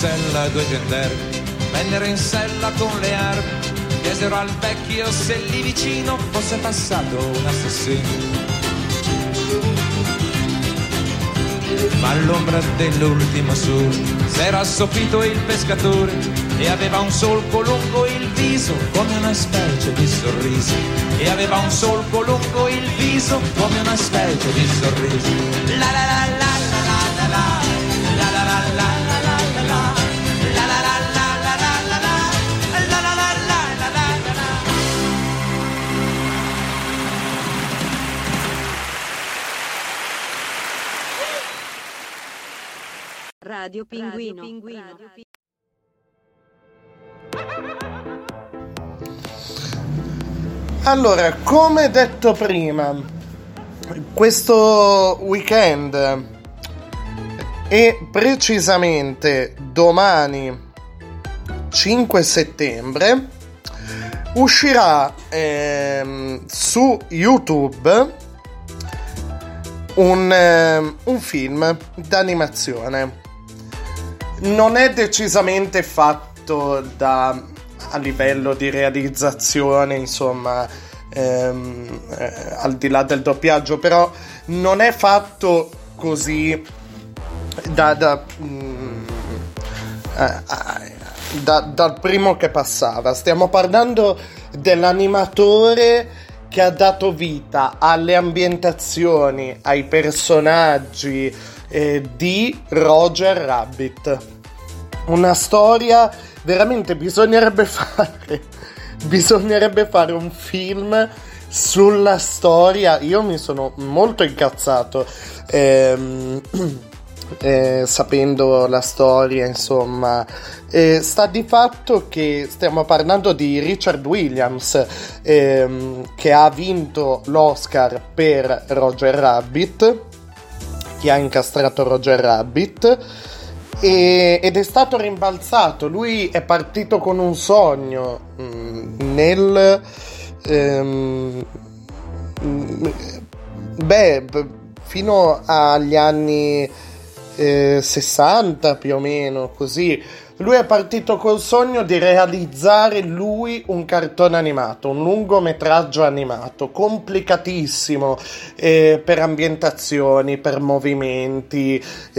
sella 2 gendarmi vennero in sella con le armi, chiesero al vecchio se lì vicino fosse passato un assassino. Ma all'ombra dell'ultimo sole s'era assopito il pescatore e aveva un solco lungo il viso come una specie di sorriso. E aveva un solco lungo il viso come una specie di sorriso. La la la la la la la la la la la la la la. Radio Pinguino. Allora, come detto prima, questo weekend e precisamente domani 5 settembre uscirà su YouTube un film d'animazione. Non è decisamente fatto a livello di realizzazione, insomma, al di là del doppiaggio, però non è fatto così dal primo che passava. Stiamo parlando dell'animatore che ha dato vita alle ambientazioni, ai personaggi di Roger Rabbit. Una storia, veramente bisognerebbe fare un film sulla storia. Io mi sono molto incazzato sapendo la storia, insomma. Sta di fatto che stiamo parlando di Richard Williams, che ha vinto l'Oscar per Roger Rabbit, che ha incastrato Roger Rabbit, ed è stato rimbalzato. Lui è partito con un sogno fino agli anni 60 più o meno, così. Lui è partito col sogno di realizzare lui un cartone animato, un lungometraggio animato, complicatissimo per ambientazioni, per movimenti,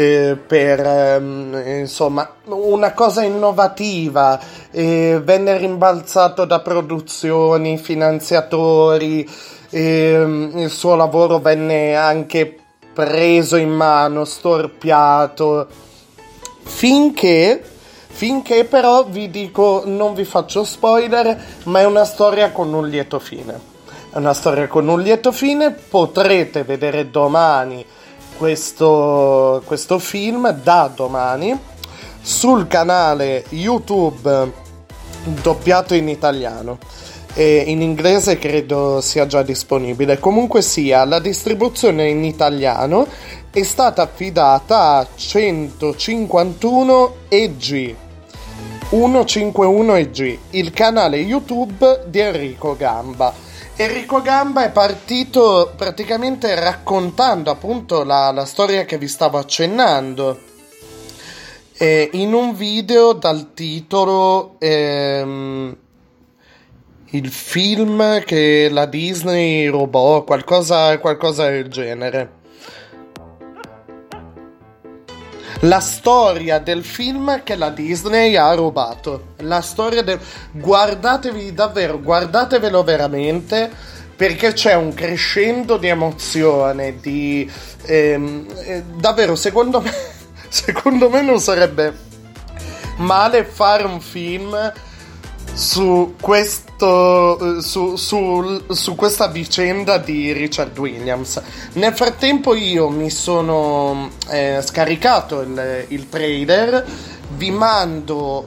insomma, una cosa innovativa. Venne rimbalzato da produzioni, finanziatori, il suo lavoro venne anche preso in mano, storpiato, finché però vi dico, non vi faccio spoiler, ma è una storia con un lieto fine. È una storia con un lieto fine. Potrete vedere domani questo film, da domani, sul canale YouTube doppiato in italiano. E in inglese credo sia già disponibile. Comunque sia, la distribuzione in italiano è stata affidata a 151 EG, 151 EG, il canale YouTube di Enrico Gamba. Enrico Gamba è partito praticamente raccontando appunto la storia che vi stavo accennando, in un video dal titolo il film che la Disney rubò, qualcosa del genere. La storia del film che la Disney ha rubato. La storia guardatevelo veramente, perché c'è un crescendo di emozione, davvero, secondo me non sarebbe male fare un film su questa vicenda di Richard Williams. Nel frattempo io mi sono scaricato il trailer. Vi mando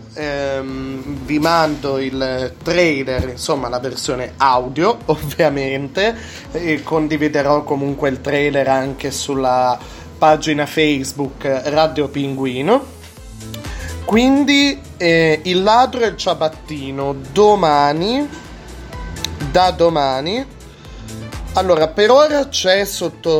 il trailer, insomma la versione audio ovviamente, e condividerò comunque il trailer anche sulla pagina Facebook Radio Pinguino. Quindi Il ladro e il ciabattino da domani. Allora, per ora c'è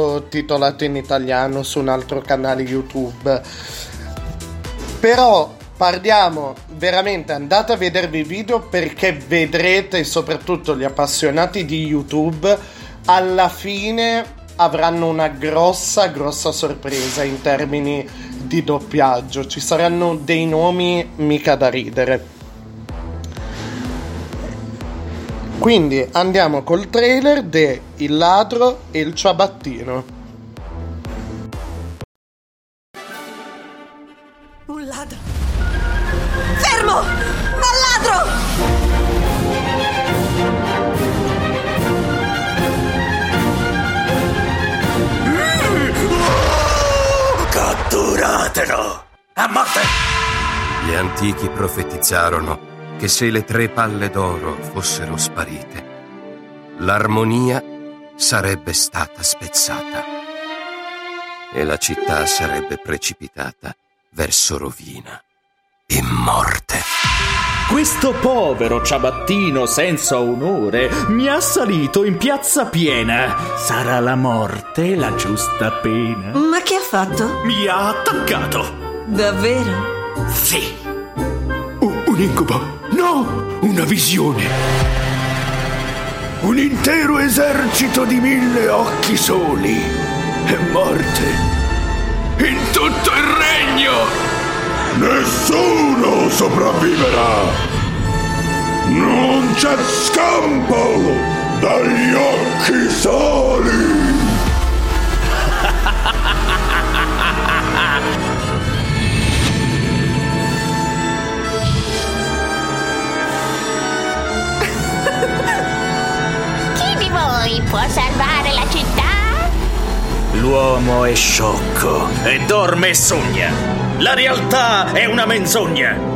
sottotitolato in italiano su un altro canale YouTube, però parliamo veramente, andate a vedervi i video perché vedrete, soprattutto gli appassionati di YouTube, alla fine avranno una grossa sorpresa in termini di doppiaggio. Ci saranno dei nomi mica da ridere. Quindi andiamo col trailer de Il ladro e il ciabattino. Un ladro! Fermo! Ma ladro! Catturatelo! A morte! Gli antichi profetizzarono che se le 3 palle d'oro fossero sparite, l'armonia sarebbe stata spezzata e la città sarebbe precipitata verso rovina e morte. Questo povero ciabattino senza onore mi ha salito in piazza piena. Sarà la morte la giusta pena? Ma che ha fatto? Mi ha attaccato. Davvero? Sì. Un incubo? No, una visione. Un intero esercito di 1000 occhi soli e morte in tutto il regno. Nessuno sopravviverà. Non c'è scampo dagli occhi soli. Chi di voi può salvare la città? L'uomo è sciocco e dorme e sogna. La realtà è una menzogna.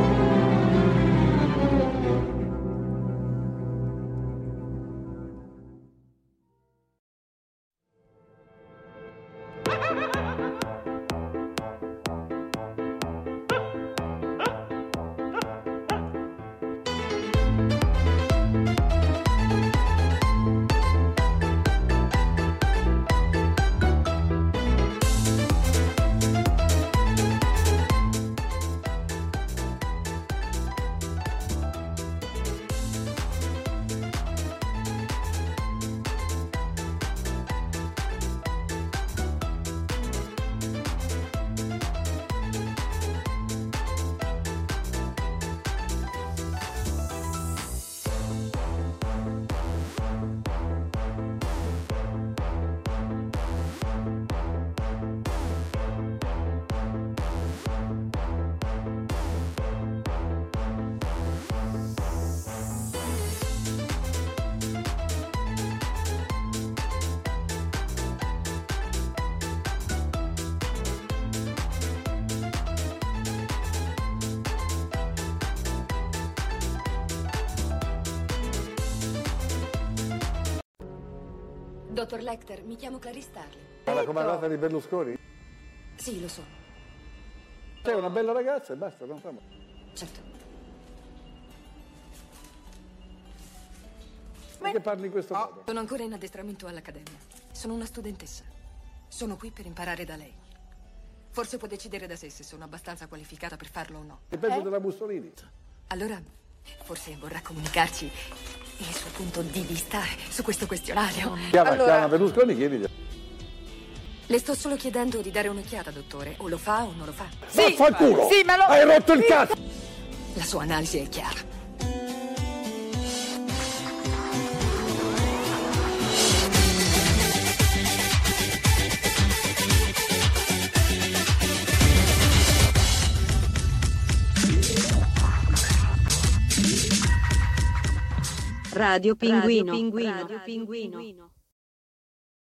Dottor Lecter, mi chiamo Clarice Starling. Ma la comandata di Berlusconi? Sì, lo so. Sei una bella ragazza e basta, non fa male. Certo. Perché parli in questo modo? Sono ancora in addestramento all'Accademia. Sono una studentessa. Sono qui per imparare da lei. Forse può decidere da sé se sono abbastanza qualificata per farlo o no. Che penso della Mussolini? Allora, forse vorrà comunicarci il suo punto di vista su questo questionario. Chiama Berlusconi, chiedigli. Le sto solo chiedendo di dare un'occhiata, dottore. O lo fa o non lo fa. Sì, vaffanculo! Sì, ma lo... Hai rotto il cazzo! La sua analisi è chiara. Radio Pinguino. Radio Pinguino.